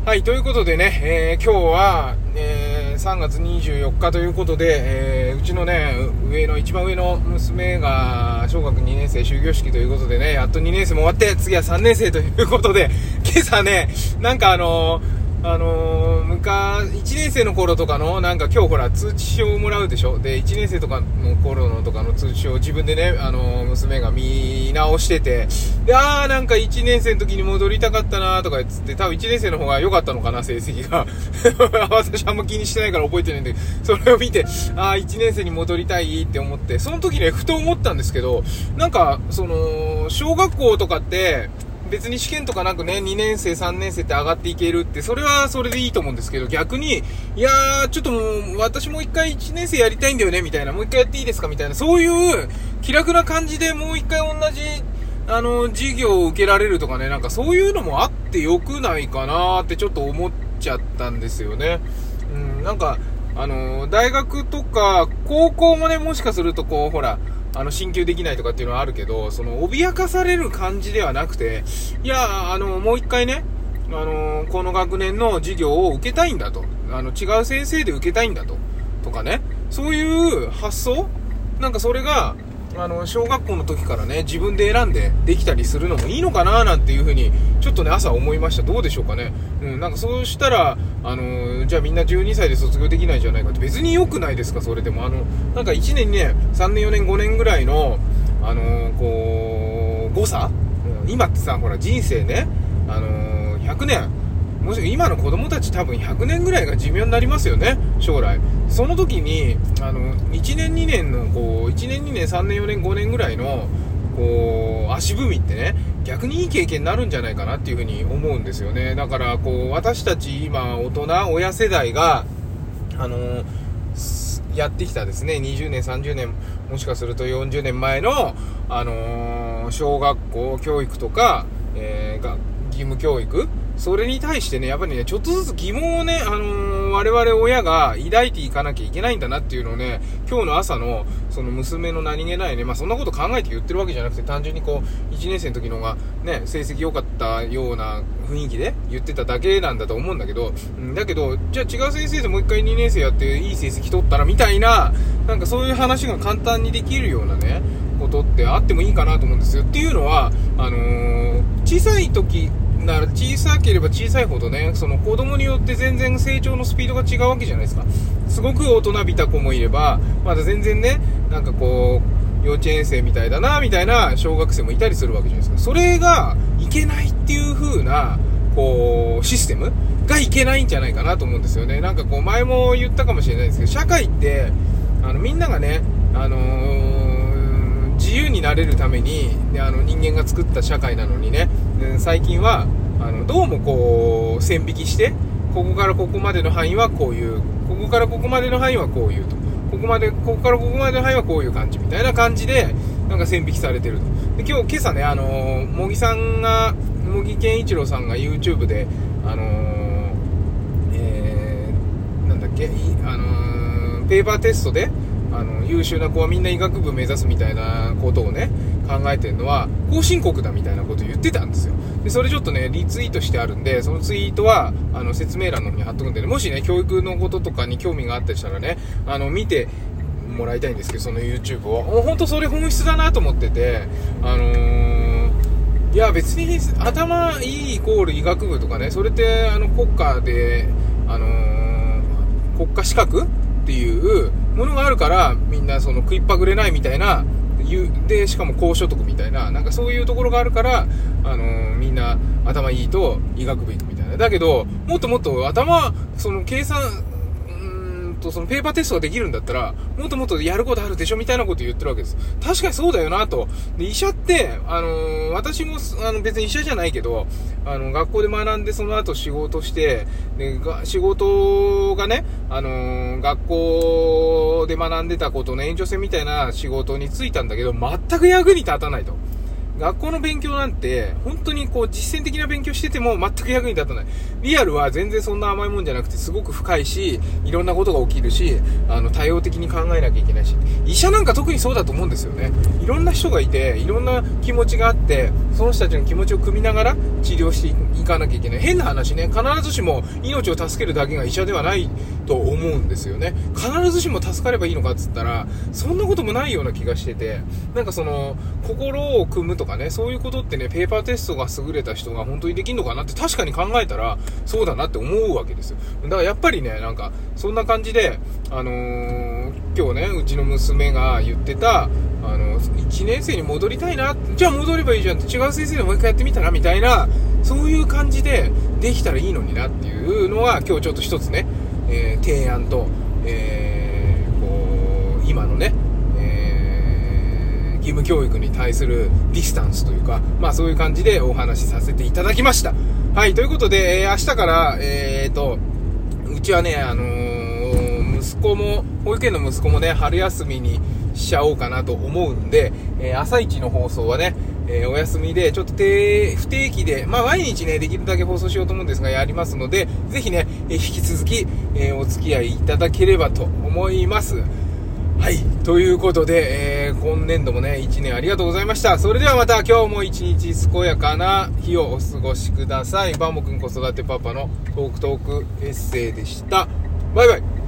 はい、ということでね、今日は、3月24日ということで、うちのね、一番上の娘が小学2年生終業式ということでね、やっと2年生も終わって、次は3年生ということで、今朝ね、なんか1年生の頃とかの、なんか今日ほら、通知表をもらうでしょ。で、1年生とかの頃のとかの通知表を自分でね、娘が見直してて、で、なんか1年生の時に戻りたかったなとか言って、多分1年生の方が良かったのかな、成績が。私あんま気にしてないから覚えてないんで、それを見て、1年生に戻りたいって思って、その時ね、ふと思ったんですけど、なんか、小学校とかって、別に試験とかなくね、2年生、3年生って上がっていけるって、それはそれでいいと思うんですけど、逆に、ちょっともう、私もう一回1年生やりたいんだよね、みたいな、もう一回やっていいですかみたいな、そういう気楽な感じでもう一回同じ、授業を受けられるとかね、なんかそういうのもあってよくないかなってちょっと思っちゃったんですよね。なんか、大学とか、高校もね、もしかするとこう、ほら、進級できないとかっていうのはあるけど、脅かされる感じではなくて、もう一回ね、この学年の授業を受けたいんだと。違う先生で受けたいんだと。とかね。そういう発想なんかそれが、小学校の時からね、自分で選んでできたりするのもいいのかななんていうふうに、ちょっとね、朝思いました。どうでしょうかね。なんかそうしたら、じゃあみんな12歳で卒業できないじゃないかって、別に良くないですか、それでも。なんか1年、2年、3年、4年、5年ぐらいの、誤差、今ってさ、ほら、人生ね、100年、もし今の子供たち多分100年ぐらいが寿命になりますよね、将来。その時に、1年2年の、1年2年3年4年5年ぐらいの、足踏みってね、逆にいい経験になるんじゃないかなっていうふうに思うんですよね。だから、私たち今、大人、親世代が、やってきたですね、20年、30年、もしかすると40年前の、小学校教育とか、義務教育、それに対してね、やっぱりね、ちょっとずつ疑問をね、我々親が抱いていかなきゃいけないんだなっていうのをね、今日の朝の、その娘の何気ないね、そんなこと考えて言ってるわけじゃなくて、単純に1年生の時のがね、成績良かったような雰囲気で言ってただけなんだと思うんだけど、だけど、じゃあ違う先生でもう一回2年生やっていい成績取ったらみたいな、なんかそういう話が簡単にできるようなね、ことってあってもいいかなと思うんですよ。っていうのは、小さい時、だから小さければ小さいほどね、その子供によって全然成長のスピードが違うわけじゃないですか。すごく大人びた子もいれば、まだ全然ね、なんか幼稚園生みたいだな、みたいな小学生もいたりするわけじゃないですか。それがいけないっていう風な、システムがいけないんじゃないかなと思うんですよね。なんか前も言ったかもしれないですけど、社会って、みんながね、自由になれるために、人間が作った社会なのにね、最近はどうも線引きして、ここからここまでの範囲はこういう、ここからここまでの範囲はこういうと、ここからここまでの範囲はこういう感じみたいな感じでなんか線引きされてると。で、今朝ね、茂木健一郎さんが YouTube でなんだっけ、ペーパーテストで優秀な子はみんな医学部目指すみたいなことをね、考えてるのは後進国だみたいなことを言ってたんですよ。で、それちょっとね、リツイートしてあるんで、そのツイートは説明欄の方に貼っとくんでね、もしね、教育のこととかに興味があったりしたらね、見てもらいたいんですけど、その YouTube を。本当それ本質だなと思ってて、別に頭いいイコール医学部とかね、それって国家で国家資格っていうものがあるからみんな食いっぱぐれないみたいなで、しかも高所得みたいな、なんかそういうところがあるからみんな頭いいと医学部行くみたいな。だけどもっともっと計算そのペーパーテストができるんだったらもっともっとやることあるでしょみたいなこと言ってるわけです。確かにそうだよなと。で、医者って私も別に医者じゃないけど学校で学んでその後仕事してで仕事がね学校で学んでたことの延長線みたいな仕事に就いたんだけど全く役に立たないと。 学校の勉強なんて本当にこう実践的な勉強してても全く役に立たない。リアルは全然そんな甘いもんじゃなくてすごく深いし、いろんなことが起きるし、多様的に考えなきゃいけないし、医者なんか特にそうだと思うんですよね。いろんな人がいて、いろんな気持ちがあって、その人たちの気持ちを汲みながら治療していかなきゃいけない。変な話ね、必ずしも命を助けるだけが医者ではないと思うんですよね。必ずしも助かればいいのかっつったら、そんなこともないような気がしてて、なんか心を汲むとかね、そういうことってね、ペーパーテストが優れた人が本当にできるのかなって確かに考えたら、そうだなって思うわけですよ。だからやっぱりね、なんか、そんな感じで、今日ね、うちの娘が言ってた、1年生に戻りたいな、じゃあ戻ればいいじゃんって、違う先生でもう一回やってみたらみたいな、そういう感じでできたらいいのになっていうのは、今日ちょっと一つね、提案と、今のね、義務教育に対するディスタンスというか、まあそういう感じでお話しさせていただきました。はい、ということで、明日から、うちはね、保育園の息子もね、春休みにしちゃおうかなと思うんで、朝一の放送はね、お休みで、ちょっと不定期で、まあ毎日ね、できるだけ放送しようと思うんですが、やりますので、ぜひね、引き続き、お付き合いいただければと思います。はい。ということで、今年度もね、1年ありがとうございました。それではまた今日も一日健やかな日をお過ごしください。バーモくん子育てパパのトークエッセイでした。バイバイ。